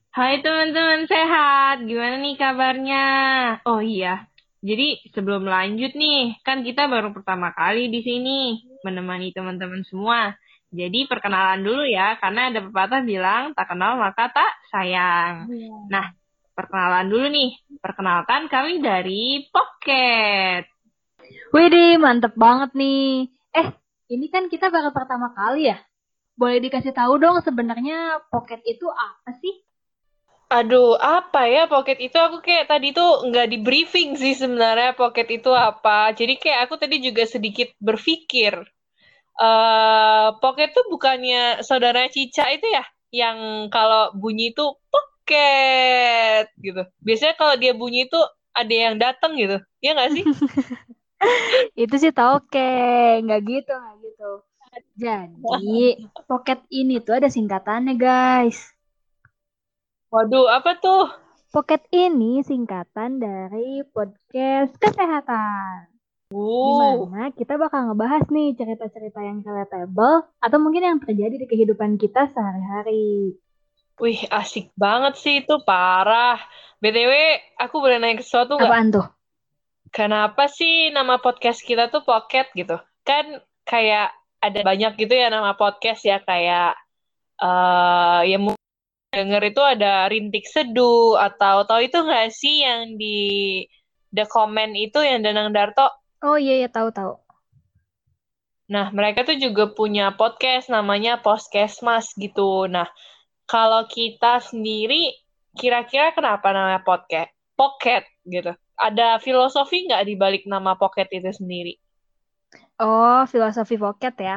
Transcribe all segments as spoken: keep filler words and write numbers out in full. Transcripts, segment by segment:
Hai teman-teman sehat, gimana nih kabarnya? Oh iya, jadi sebelum lanjut nih, kan kita baru pertama kali di sini menemani teman-teman semua. Jadi perkenalan dulu ya, karena ada pepatah bilang tak kenal maka tak sayang. Nah, Iya. perkenalan dulu nih. Perkenalkan kami dari Pocket. Widih, mantep banget nih. Eh, ini kan kita baru pertama kali ya. Boleh dikasih tahu dong sebenarnya Pocket itu apa sih? Aduh, apa ya Pocket itu? Aku kayak tadi tuh nggak di briefing sih sebenarnya Pocket itu apa. Jadi kayak aku tadi juga sedikit berpikir. eh Pocket tuh bukannya saudara Cica itu ya, yang kalau bunyi itu pocket gitu. Biasanya kalau dia bunyi itu ada yang datang gitu. Ya nggak sih? Itu sih toke, nggak gitu, nggak gitu. Jadi, Pocket ini tuh ada singkatannya, guys. Waduh, apa tuh? Pocket ini singkatan dari podcast kesehatan. Di Uh, mana kita bakal ngebahas nih cerita-cerita yang relatable atau mungkin yang terjadi di kehidupan kita sehari-hari. wih asik banget sih itu parah. B T W, aku boleh nanya sesuatu nggak? Apaan tuh? Kenapa sih nama podcast kita tuh Pocket gitu? Kan kayak ada banyak gitu ya nama podcast ya kayak eh ya denger itu ada Rintik Seduh atau tahu itu nggak sih yang di The Comment itu yang Danang Darto. Oh iya ya, tahu-tahu. Nah, mereka tuh juga punya podcast namanya Podcast gitu. Nah, kalau kita sendiri kira-kira kenapa namanya podcast? Pocket gitu. Ada filosofi nggak di balik nama Pocket itu sendiri? Oh, filosofi pocket ya.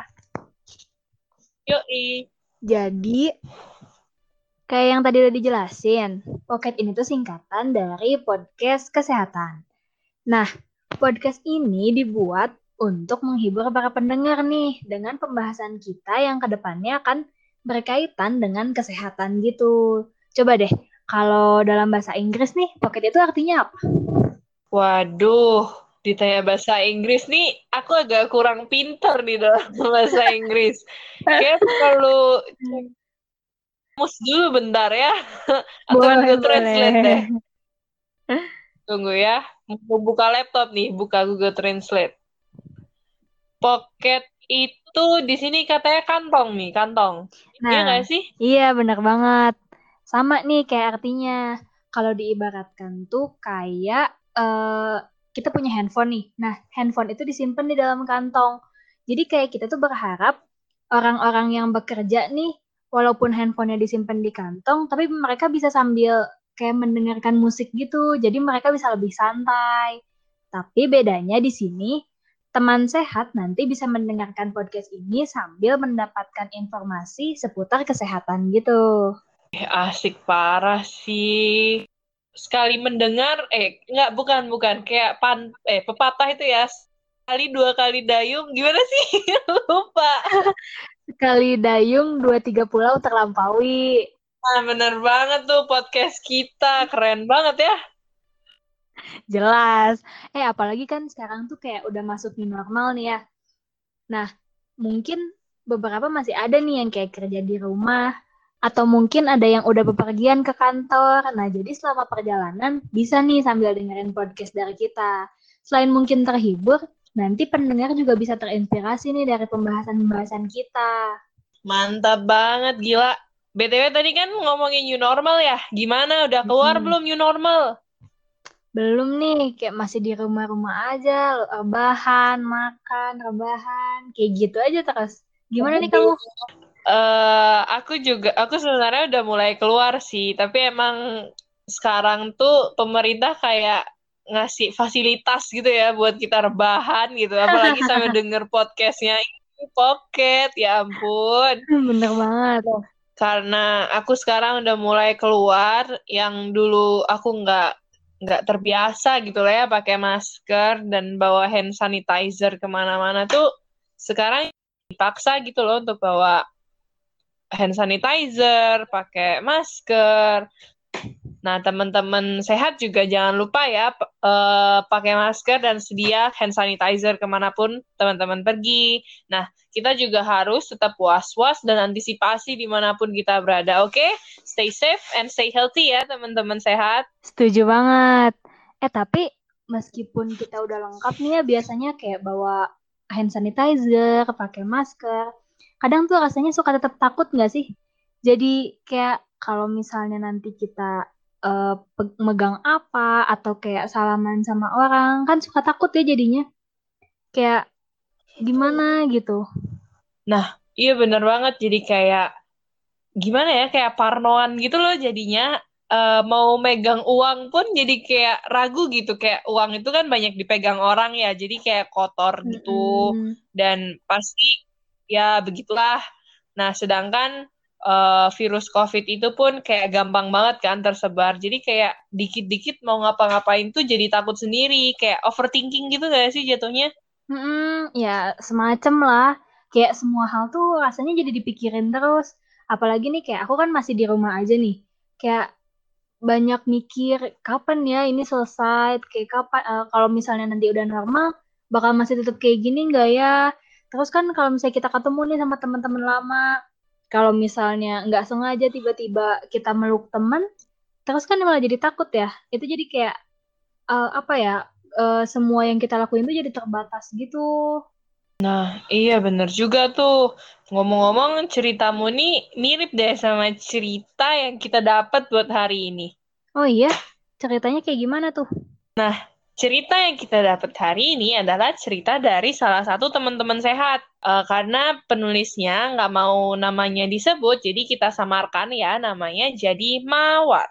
Yoi. Jadi, kayak yang tadi udah dijelasin, pocket ini tuh singkatan dari podcast kesehatan. Nah, podcast ini dibuat untuk menghibur para pendengar nih dengan pembahasan kita yang kedepannya akan berkaitan dengan kesehatan gitu. Coba deh, kalau dalam bahasa Inggris nih, pocket itu artinya apa? Waduh, ditanya bahasa Inggris nih, aku agak kurang pinter nih dalam bahasa Inggris. Kayak perlu mus dulu bentar ya. Aku Boleh, Google Translate deh. boleh. Tunggu ya. Mau buka laptop nih, buka Google Translate. Pocket itu di sini katanya kantong nih, kantong. Iya Nah, nggak sih? iya benar banget. Sama nih kayak artinya. Kalau diibaratkan tuh kayak eh, kita punya handphone nih. Nah, handphone itu disimpan di dalam kantong. Jadi kayak kita tuh berharap orang-orang yang bekerja nih, walaupun handphonenya disimpan di kantong, tapi mereka bisa sambil kayak mendengarkan musik gitu. Jadi mereka bisa lebih santai. Tapi bedanya di sini teman sehat nanti bisa mendengarkan podcast ini sambil mendapatkan informasi seputar kesehatan gitu. Eh, asik parah sih. Sekali mendengar, eh nggak bukan bukan kayak pan, eh pepatah itu ya. Sekali dua kali dayung, gimana sih? Lupa. Sekali dayung, dua tiga pulau terlampaui. Nah, bener banget tuh podcast kita, keren banget ya. Jelas. Eh, apalagi kan sekarang tuh kayak udah masuk new normal nih ya. Nah, mungkin beberapa masih ada nih yang kayak kerja di rumah. Atau mungkin ada yang udah bepergian ke kantor. Nah, jadi selama perjalanan bisa nih sambil dengerin podcast dari kita. Selain mungkin terhibur, nanti pendengar juga bisa terinspirasi nih dari pembahasan-pembahasan kita. Mantap banget, gila. B T W tadi kan ngomongin new normal ya. Gimana, udah keluar Mm-mm. belum new normal? Belum nih, kayak masih di rumah-rumah aja, rebahan, makan, rebahan, kayak gitu aja terus. Gimana nih Aduh. kamu? eh aku juga, aku sebenarnya udah mulai keluar sih. Tapi emang sekarang tuh pemerintah kayak ngasih fasilitas gitu ya buat kita rebahan gitu. Apalagi sambil denger podcastnya ini Pocket, ya ampun. Bener banget. Karena aku sekarang udah mulai keluar, yang dulu aku nggak nggak terbiasa gitu lah ya pakai masker dan bawa hand sanitizer kemana-mana tuh sekarang dipaksa gitu loh untuk bawa hand sanitizer, pakai masker. Nah, teman-teman sehat juga jangan lupa ya p- eh, pakai masker dan sedia hand sanitizer kemanapun teman-teman pergi. Nah, kita juga harus tetap was-was dan antisipasi dimanapun kita berada. Oke, stay safe and stay healthy ya teman-teman sehat. Setuju banget. Eh tapi meskipun kita udah lengkap nih ya biasanya kayak bawa hand sanitizer, pakai masker. Kadang tuh rasanya suka tetap takut nggak sih? Jadi kayak kalau misalnya nanti kita eh, pe- megang apa atau kayak salaman sama orang kan suka takut ya jadinya. Kayak gimana gitu. Nah, iya bener banget. Jadi kayak gimana ya, kayak parnoan gitu loh jadinya. Eh, mau megang uang pun jadi kayak ragu gitu. Kayak uang itu kan banyak dipegang orang ya. Jadi kayak kotor gitu. Mm-mm. Dan pasti ya begitulah. Nah, sedangkan eh, virus COVID itu pun kayak gampang banget kan tersebar. Jadi kayak dikit-dikit mau ngapa-ngapain tuh jadi takut sendiri. Kayak overthinking gitu gak sih jatuhnya? Mm-mm, ya semacam lah. Kayak semua hal tuh rasanya jadi dipikirin terus. Apalagi nih kayak aku kan masih di rumah aja nih. Kayak banyak mikir kapan ya ini selesai. Kayak kapan eh, kalau misalnya nanti udah normal bakal masih tetap kayak gini nggak ya? Terus kan kalau misalnya kita ketemu nih sama teman-teman lama, kalau misalnya nggak sengaja tiba-tiba kita meluk teman, terus kan malah jadi takut ya. Itu jadi kayak eh, apa ya? eh, semua yang kita lakuin tuh jadi terbatas gitu. Nah, iya bener juga tuh. Ngomong-ngomong, ceritamu nih mirip deh sama cerita yang kita dapat buat hari ini. Oh iya, ceritanya kayak gimana tuh? Cerita yang kita dapat hari ini adalah cerita dari salah satu teman-teman sehat. Eh, karena penulisnya nggak mau namanya disebut, jadi kita samarkan ya namanya jadi Mawar.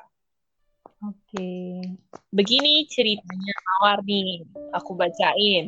Oke. Begini ceritanya Mawar nih, aku bacain.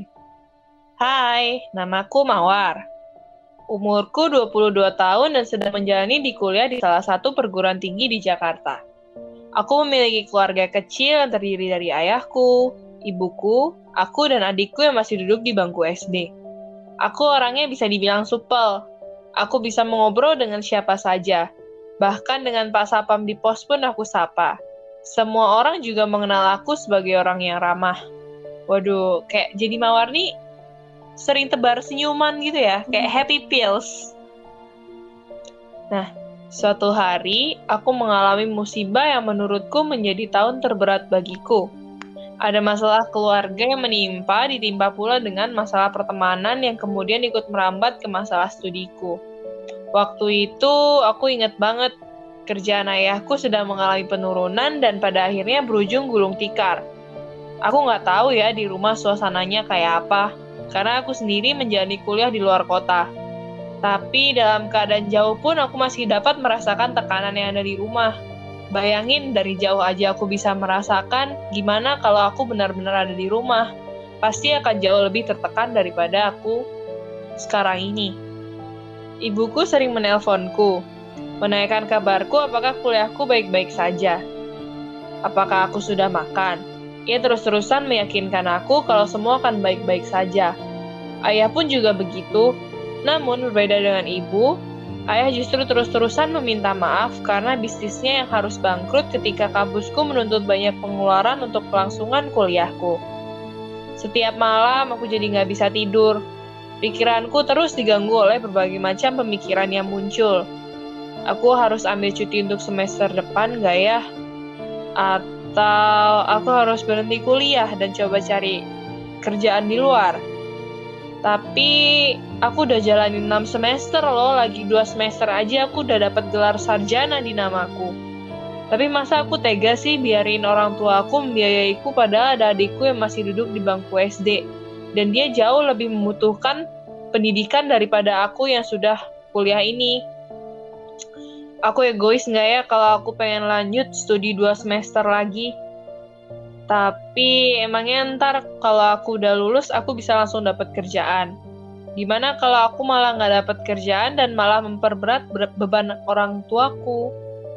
Hai, namaku Mawar. Umurku dua puluh dua tahun dan sedang menjalani di kuliah di salah satu perguruan tinggi di Jakarta. Aku memiliki keluarga kecil yang terdiri dari ayahku, ibuku, aku dan adikku yang masih duduk di bangku S D. Aku orangnya bisa dibilang supel. Aku bisa mengobrol dengan siapa saja. Bahkan dengan Pak Sapam di pos pun aku sapa. Semua orang juga mengenal aku sebagai orang yang ramah. Waduh, kayak jadi Mawar nih sering tebar senyuman gitu ya, kayak happy pills. Nah, suatu hari aku mengalami musibah yang menurutku menjadi tahun terberat bagiku. Ada masalah keluarga yang menimpa, ditimpa pula dengan masalah pertemanan yang kemudian ikut merambat ke masalah studiku. Waktu itu aku ingat banget, kerjaan ayahku sedang mengalami penurunan dan pada akhirnya berujung gulung tikar. Aku nggak tahu ya di rumah suasananya kayak apa, karena aku sendiri menjalani kuliah di luar kota. Tapi dalam keadaan jauh pun aku masih dapat merasakan tekanan yang ada di rumah. Bayangin dari jauh aja aku bisa merasakan gimana kalau aku benar-benar ada di rumah. Pasti akan jauh lebih tertekan daripada aku sekarang ini. Ibuku sering menelponku, menanyakan kabarku apakah kuliahku baik-baik saja. Apakah aku sudah makan? Ia terus-terusan meyakinkan aku kalau semua akan baik-baik saja. Ayah pun juga begitu, namun berbeda dengan ibu, ayah justru terus-terusan meminta maaf karena bisnisnya yang harus bangkrut ketika kampusku menuntut banyak pengeluaran untuk kelangsungan kuliahku. Setiap malam aku jadi nggak bisa tidur. Pikiranku terus diganggu oleh berbagai macam pemikiran yang muncul. Aku harus ambil cuti untuk semester depan nggak ya? Atau aku harus berhenti kuliah dan coba cari kerjaan di luar? Tapi aku udah jalanin enam semester loh, lagi dua semester aja aku udah dapat gelar sarjana di namaku. Tapi masa aku tega sih biarin orang tua aku membiayaiku padahal ada adikku yang masih duduk di bangku S D. Dan dia jauh lebih membutuhkan pendidikan daripada aku yang sudah kuliah ini. Aku egois nggak ya kalau aku pengen lanjut studi dua semester lagi? Tapi emangnya ntar kalau aku udah lulus aku bisa langsung dapat kerjaan. Gimana kalau aku malah nggak dapat kerjaan dan malah memperberat beban orang tuaku?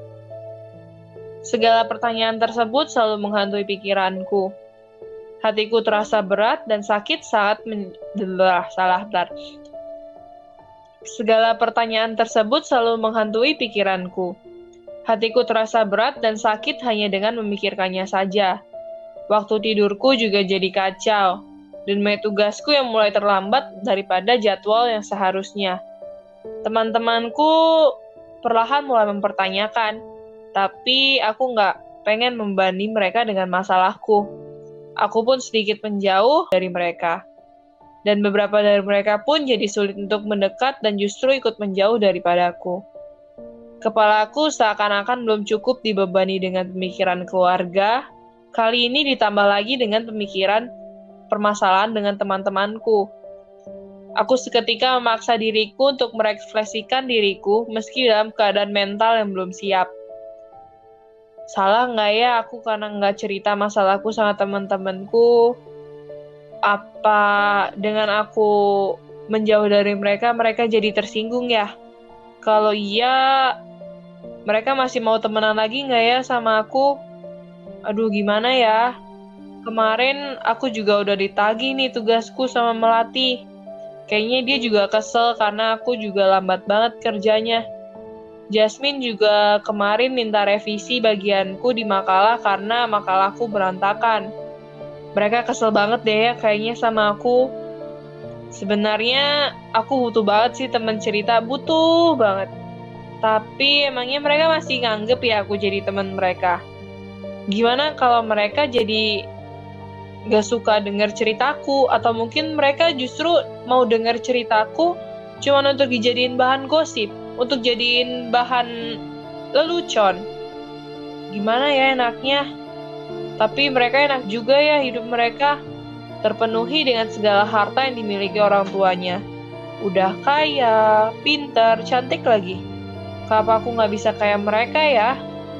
Segala pertanyaan tersebut selalu menghantui pikiranku. Hatiku terasa berat dan sakit saat men... salah bentar. Segala pertanyaan tersebut selalu menghantui pikiranku. Hatiku terasa berat dan sakit hanya dengan memikirkannya saja. Waktu tidurku juga jadi kacau, dan banyak tugasku yang mulai terlambat daripada jadwal yang seharusnya. Teman-temanku perlahan mulai mempertanyakan, tapi aku nggak pengen membanding mereka dengan masalahku. Aku pun sedikit menjauh dari mereka. Dan beberapa dari mereka pun jadi sulit untuk mendekat dan justru ikut menjauh daripadaku. Kepalaku seakan-akan belum cukup dibebani dengan pemikiran keluarga, kali ini ditambah lagi dengan pemikiran permasalahan dengan teman-temanku. Aku seketika memaksa diriku untuk merefleksikan diriku meski dalam keadaan mental yang belum siap. Salah nggak ya aku karena nggak cerita masalahku sama teman-temanku? Apa dengan aku menjauh dari mereka, mereka jadi tersinggung ya? Kalau iya, mereka masih mau temenan lagi nggak ya sama aku? Aduh, gimana ya? Kemarin aku juga udah ditagih nih tugasku sama Melati. Kayaknya dia juga kesel karena aku juga lambat banget kerjanya. Jasmine juga kemarin minta revisi bagianku di makalah karena makalahku berantakan. Mereka kesel banget deh ya kayaknya sama aku. Sebenarnya aku butuh banget sih temen cerita, butuh banget. Tapi emangnya mereka masih nganggep ya aku jadi teman mereka? Gimana kalau mereka jadi gak suka denger ceritaku, atau mungkin mereka justru mau denger ceritaku cuma untuk dijadiin bahan gosip, untuk jadiin bahan lelucon. Gimana ya enaknya? Tapi mereka enak juga ya hidup mereka, terpenuhi dengan segala harta yang dimiliki orang tuanya. Udah kaya, pintar, cantik lagi. Kenapa aku gak bisa kayak mereka ya?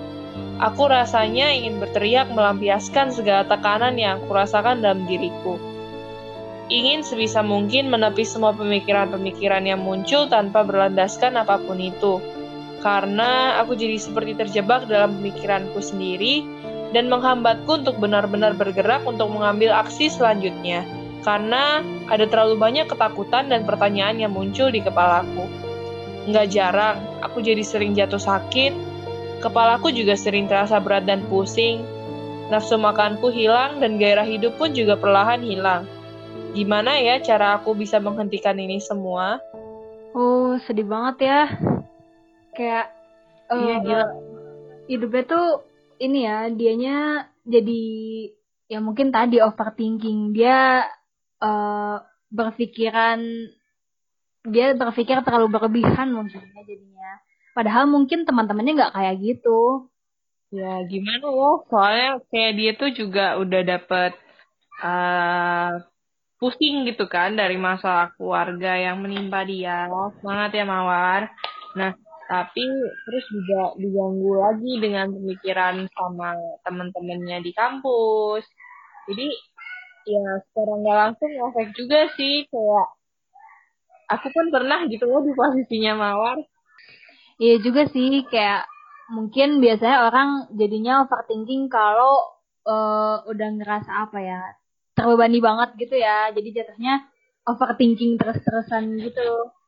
Aku rasanya ingin berteriak melampiaskan segala tekanan yang aku rasakan dalam diriku. Ingin sebisa mungkin menepis semua pemikiran-pemikiran yang muncul tanpa berlandaskan apapun itu. Karena aku jadi seperti terjebak dalam pemikiranku sendiri dan menghambatku untuk benar-benar bergerak untuk mengambil aksi selanjutnya. Karena ada terlalu banyak ketakutan dan pertanyaan yang muncul di kepalaku. Nggak jarang, aku jadi sering jatuh sakit. Kepalaku juga sering terasa berat dan pusing. Nafsu makanku hilang dan gairah hidup pun juga perlahan hilang. Gimana ya cara aku bisa menghentikan ini semua? Oh, sedih banget ya. Kayak Iya, uh, gila. hidupnya tuh ini ya, dianya jadi ya mungkin tadi overthinking. Dia uh, berpikiran dia berpikir terlalu berlebihan mungkin ya jadinya. Padahal mungkin teman-temannya nggak kayak gitu. Ya, gimana ya? Soalnya kayak dia tuh juga udah dapet uh, pusing gitu kan dari masalah keluarga yang menimpa dia. Semangat ya, Mawar. Nah, tapi terus juga diganggu lagi dengan pemikiran sama teman-temannya di kampus. Jadi, ya secara nggak langsung efek juga sih. Kayak aku pun pernah gitu loh di posisinya Mawar. Iya juga sih, kayak mungkin biasanya orang jadinya overthinking kalau uh, udah ngerasa apa ya, terbebani banget gitu ya. Jadi jatuhnya overthinking terus-terusan gitu.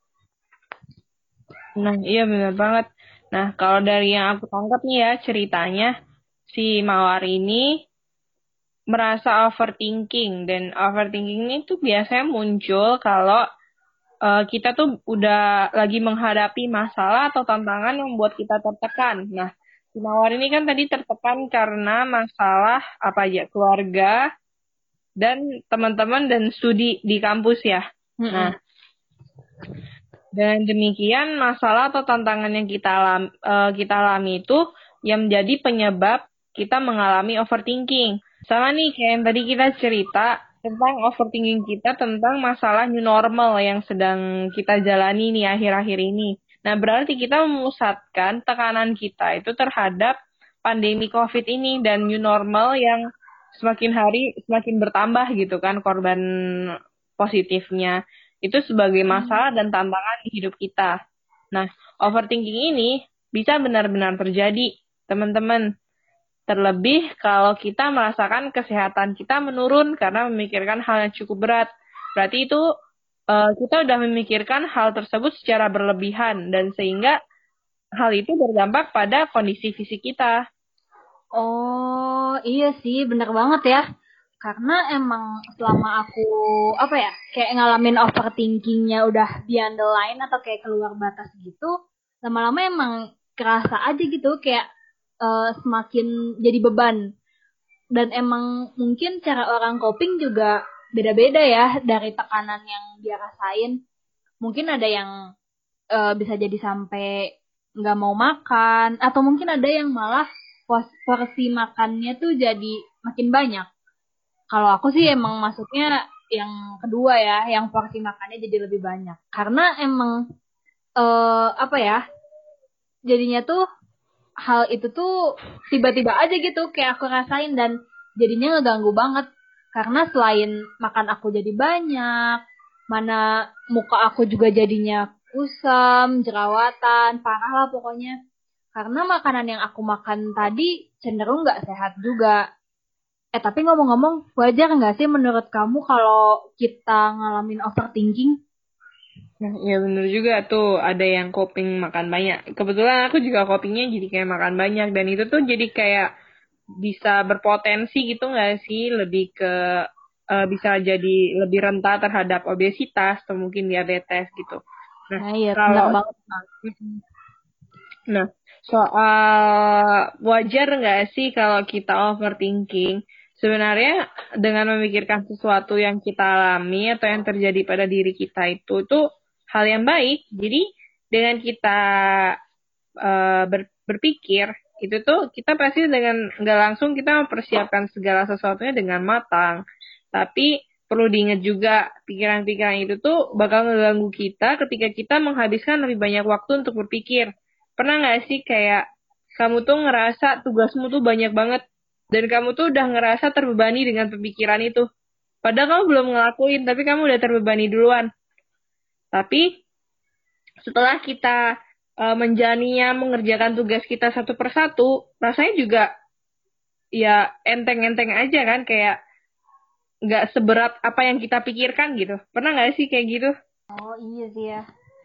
Nah, iya benar banget. Nah, kalau dari yang aku tangkap nih ya ceritanya, si Mawar ini merasa overthinking. Dan overthinking ini tuh biasanya muncul kalau uh, kita tuh udah lagi menghadapi masalah atau tantangan yang membuat kita tertekan. Nah, si Mawar ini kan tadi tertekan karena masalah apa aja, keluarga dan teman-teman dan studi di kampus ya. Mm-mm. Nah, dengan demikian masalah atau tantangan yang kita alami, uh, kita alami itu yang menjadi penyebab kita mengalami overthinking. Sama nih kayak yang tadi kita cerita tentang overthinking kita tentang masalah new normal yang sedang kita jalani nih akhir-akhir ini. Nah, berarti kita memusatkan tekanan kita itu terhadap pandemi COVID ini dan new normal yang semakin hari semakin bertambah gitu kan korban positifnya. Itu sebagai masalah dan tantangan di hidup kita. Nah, overthinking ini bisa benar-benar terjadi, teman-teman. Terlebih kalau kita merasakan kesehatan kita menurun karena memikirkan hal yang cukup berat. Berarti itu uh, kita udah memikirkan hal tersebut secara berlebihan dan sehingga hal itu berdampak pada kondisi fisik kita. Oh, iya sih, bener banget ya. Karena emang selama aku, apa ya, kayak ngalamin overthinkingnya udah beyond the line atau kayak keluar batas gitu, lama-lama emang kerasa aja gitu, kayak eh, semakin jadi beban. Dan emang mungkin cara orang coping juga beda-beda ya dari tekanan yang dia rasain. Mungkin ada yang eh, bisa jadi sampai nggak mau makan, atau mungkin ada yang malah pos- porsi makannya tuh jadi makin banyak. Kalau aku sih emang masuknya yang kedua ya, yang porsi makannya jadi lebih banyak. Karena emang eh, apa ya, jadinya tuh hal itu tuh tiba-tiba aja gitu kayak aku rasain dan jadinya ngeganggu banget. Karena selain makan aku jadi banyak, mana muka aku juga jadinya kusam, jerawatan, parah lah pokoknya. Karena makanan yang aku makan tadi cenderung nggak sehat juga. Eh tapi ngomong-ngomong, wajar nggak sih menurut kamu kalau kita ngalamin overthinking? Nah, ya bener juga tuh ada yang coping makan banyak. Kebetulan aku juga copingnya jadi kayak makan banyak dan itu tuh jadi kayak bisa berpotensi gitu nggak sih lebih ke eh, bisa jadi lebih rentan terhadap obesitas atau mungkin diabetes gitu. Nah, Nah iya, benar kalau banget. nah soal wajar nggak sih kalau kita overthinking? Sebenarnya dengan memikirkan sesuatu yang kita alami atau yang terjadi pada diri kita itu tuh hal yang baik. Jadi dengan kita eh, ber- berpikir itu tuh kita pasti dengan nggak langsung kita mempersiapkan segala sesuatunya dengan matang. Tapi perlu diingat juga pikiran-pikiran itu tuh bakal ngeganggu kita ketika kita menghabiskan lebih banyak waktu untuk berpikir. Pernah nggak sih kayak kamu tuh ngerasa tugasmu tuh banyak banget dan kamu tuh udah ngerasa terbebani dengan pemikiran itu. Padahal kamu belum ngelakuin, tapi kamu udah terbebani duluan. Tapi setelah kita eh, menjalaninya, mengerjakan tugas kita satu persatu, rasanya juga ya enteng-enteng aja kan, kayak nggak seberat apa yang kita pikirkan gitu. Pernah nggak sih kayak gitu? Oh iya sih ya.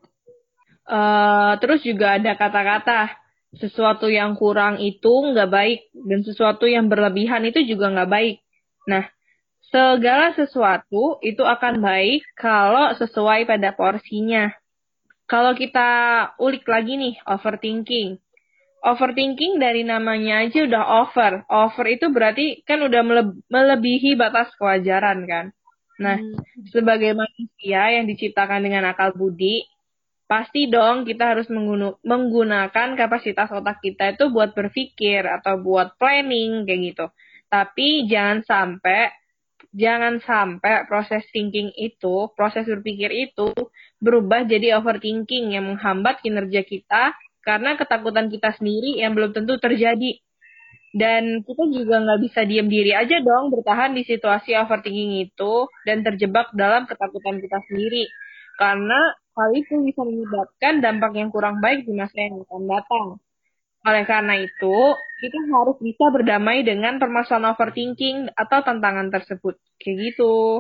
Eh terus juga ada kata-kata sesuatu yang kurang itu nggak baik dan sesuatu yang berlebihan itu juga nggak baik. Nah, segala sesuatu itu akan baik kalau sesuai pada porsinya. Kalau kita ulik lagi nih, overthinking. Overthinking dari namanya aja udah over. Over itu berarti kan udah mele- melebihi batas kewajaran kan. Nah, Hmm. sebagai manusia yang diciptakan dengan akal budi, pasti dong kita harus menggunu- menggunakan kapasitas otak kita itu buat berpikir atau buat planning kayak gitu. Tapi jangan sampai jangan sampai proses thinking itu, proses berpikir itu berubah jadi overthinking yang menghambat kinerja kita karena ketakutan kita sendiri yang belum tentu terjadi. Dan kita juga nggak bisa diam diri aja dong bertahan di situasi overthinking itu dan terjebak dalam ketakutan kita sendiri. Karena hal itu bisa menyebabkan dampak yang kurang baik di masa yang akan datang. Oleh karena itu, kita harus bisa berdamai dengan permasalahan overthinking atau tantangan tersebut. Kayak gitu.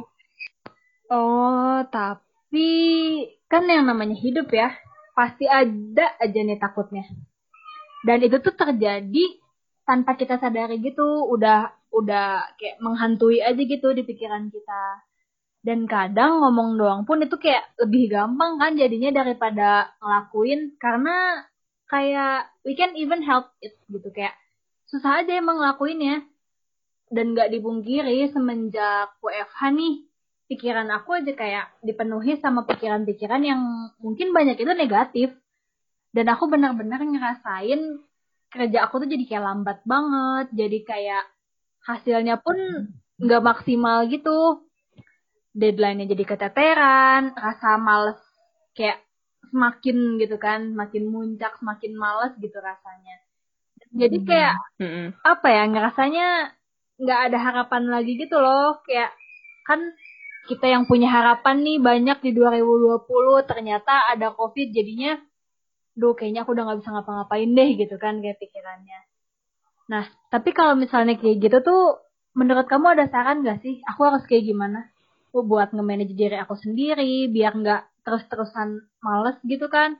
Oh, tapi kan yang namanya hidup ya, pasti ada aja nih takutnya. Dan itu tuh terjadi tanpa kita sadari gitu, udah udah kayak menghantui aja gitu di pikiran kita. Dan kadang ngomong doang pun itu kayak lebih gampang kan jadinya daripada ngelakuin karena kayak we can even help it gitu kayak susah aja emang ngelakuinnya. Dan nggak dipungkiri semenjak W F H nih pikiran aku aja kayak dipenuhi sama pikiran-pikiran yang mungkin banyak itu negatif dan aku benar-benar ngerasain kerja aku tuh jadi kayak lambat banget jadi kayak hasilnya pun nggak maksimal gitu deadline-nya jadi keteteran rasa males kayak semakin gitu kan makin muncak semakin males gitu rasanya jadi kayak Mm-mm. apa ya ngerasanya nggak ada harapan lagi gitu loh kayak kan kita yang punya harapan nih banyak di dua ribu dua puluh ternyata ada COVID jadinya duh kayaknya aku udah nggak bisa ngapa-ngapain deh gitu kan kayak pikirannya. Nah tapi kalau misalnya kayak gitu tuh menurut kamu ada saran gak sih aku harus kayak gimana? Oh, buat nge-manage diri aku sendiri biar nggak terus-terusan males gitu kan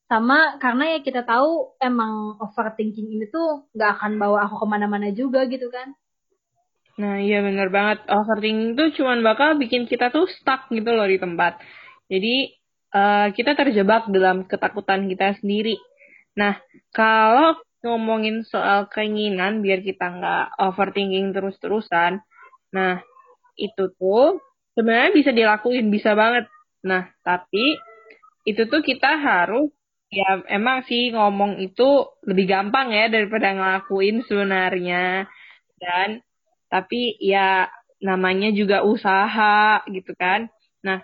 Sama karena ya kita tahu emang overthinking ini tuh nggak akan bawa aku kemana-mana juga gitu kan. Nah, iya bener banget. Overthinking tuh cuman bakal bikin kita tuh stuck gitu loh di tempat. Jadi, eh, kita terjebak dalam ketakutan kita sendiri. Nah, kalau ngomongin soal keinginan biar kita nggak overthinking terus-terusan, nah, itu tuh sebenarnya bisa dilakuin, bisa banget. Nah, tapi itu tuh kita harus, ya emang sih ngomong itu lebih gampang ya daripada ngelakuin sebenarnya. Dan tapi ya namanya juga usaha gitu kan. Nah,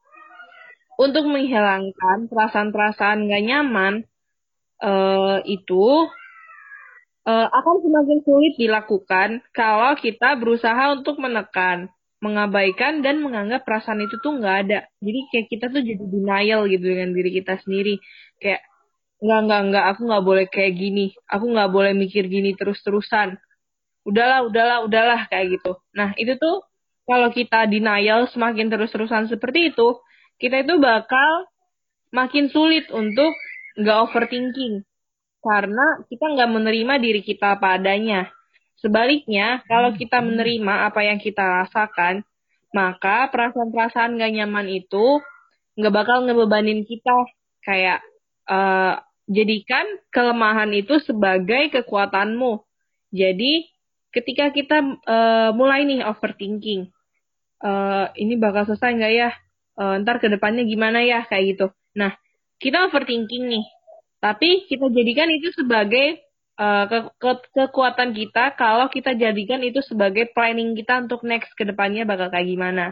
untuk menghilangkan perasaan-perasaan gak nyaman eh, itu eh, akan semakin sulit dilakukan kalau kita berusaha untuk menekan, mengabaikan dan menganggap perasaan itu tuh nggak ada. Jadi kayak kita tuh jadi denial gitu dengan diri kita sendiri. Kayak nggak nggak nggak aku nggak boleh kayak gini, aku nggak boleh mikir gini terus-terusan. Udahlah, udahlah, udahlah kayak gitu. Nah, itu tuh kalau kita denial semakin terus-terusan seperti itu, kita itu bakal makin sulit untuk nggak overthinking karena kita nggak menerima diri kita apa adanya. Sebaliknya, kalau kita menerima apa yang kita rasakan, maka perasaan-perasaan gak nyaman itu nggak bakal ngebebanin kita. Kayak, eh, jadikan kelemahan itu sebagai kekuatanmu. Jadi, ketika kita eh, mulai nih overthinking, eh, ini bakal selesai nggak ya? Eh, ntar ke depannya gimana ya? Kayak gitu. Nah, kita overthinking nih. Tapi kita jadikan itu sebagai eh, ke- ke- kekuatan kita kalau kita jadikan itu sebagai planning kita untuk next ke depannya bakal kayak gimana.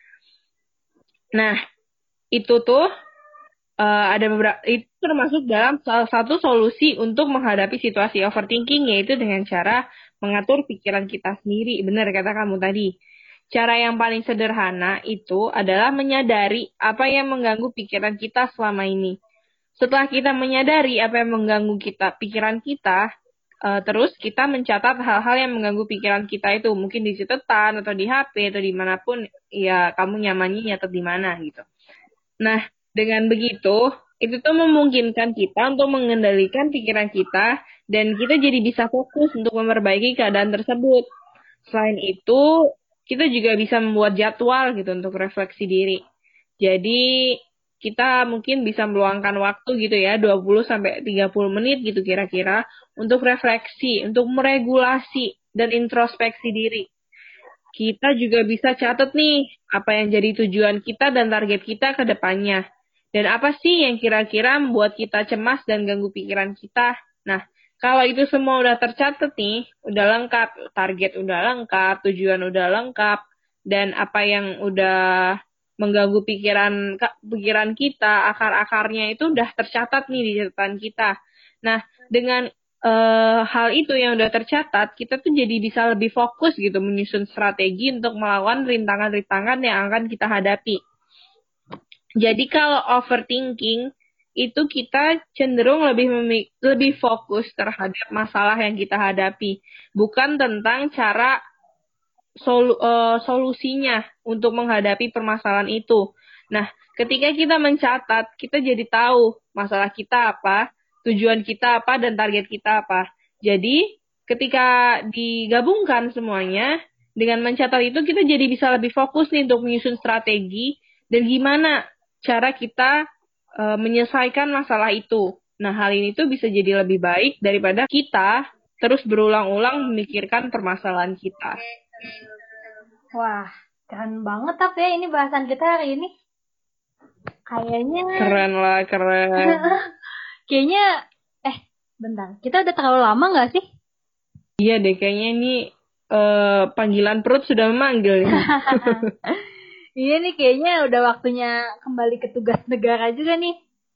Nah, itu tuh eh, ada beberapa itu termasuk dalam salah satu solusi untuk menghadapi situasi overthinking yaitu dengan cara mengatur pikiran kita sendiri. Benar kata kamu tadi. Cara yang paling sederhana itu adalah menyadari apa yang mengganggu pikiran kita selama ini. Setelah kita menyadari apa yang mengganggu kita, pikiran kita, eh, terus kita mencatat hal-hal yang mengganggu pikiran kita itu, mungkin di catatan atau di H P atau dimanapun, ya kamu nyamannya nyatet di mana gitu. Nah, dengan begitu, itu tuh memungkinkan kita untuk mengendalikan pikiran kita dan kita jadi bisa fokus untuk memperbaiki keadaan tersebut. Selain itu, kita juga bisa membuat jadwal gitu untuk refleksi diri. Jadi, kita mungkin bisa meluangkan waktu gitu ya, dua puluh sampai tiga puluh menit gitu kira-kira untuk refleksi, untuk meregulasi dan introspeksi diri. Kita juga bisa catat nih apa yang jadi tujuan kita dan target kita ke depannya. Dan apa sih yang kira-kira membuat kita cemas dan ganggu pikiran kita. Nah, kalau itu semua udah tercatat nih, udah lengkap, target udah lengkap, tujuan udah lengkap, dan apa yang udah mengganggu pikiran pikiran kita, akar-akarnya itu udah tercatat nih di catatan kita. Nah, dengan eh, hal itu yang udah tercatat, kita tuh jadi bisa lebih fokus gitu menyusun strategi untuk melawan rintangan-rintangan yang akan kita hadapi. Jadi kalau overthinking itu kita cenderung lebih memi- lebih fokus terhadap masalah yang kita hadapi, bukan tentang cara solu- eh, solusinya untuk menghadapi permasalahan itu. Nah, ketika kita mencatat, kita jadi tahu masalah kita apa, tujuan kita apa, dan target kita apa. Jadi, ketika digabungkan semuanya, dengan mencatat itu kita jadi bisa lebih fokus nih untuk menyusun strategi dan gimana cara kita eh, menyelesaikan masalah itu. Nah, hal ini tuh bisa jadi lebih baik daripada kita terus berulang-ulang memikirkan permasalahan kita. Wah, keren banget tapi ya ini bahasan kita hari ini. Kayaknya Keren lah, keren. kayaknya eh bentar, kita udah terlalu lama nggak sih? Iya deh, kayaknya ini eh, panggilan perut sudah memanggil nih. Iya nih kayaknya udah waktunya kembali ke tugas negara juga nih.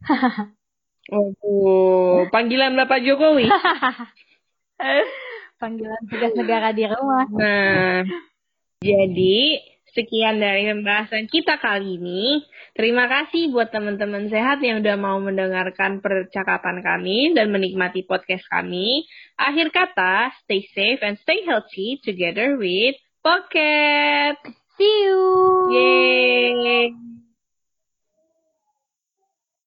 Oh, panggilan Bapak Jokowi. Panggilan tugas negara di rumah. Nah, jadi sekian dari pembahasan kita kali ini. Terima kasih buat teman-teman sehat yang udah mau mendengarkan percakapan kami dan menikmati podcast kami. Akhir kata, stay safe and stay healthy together with Pocket. See you. Yeay.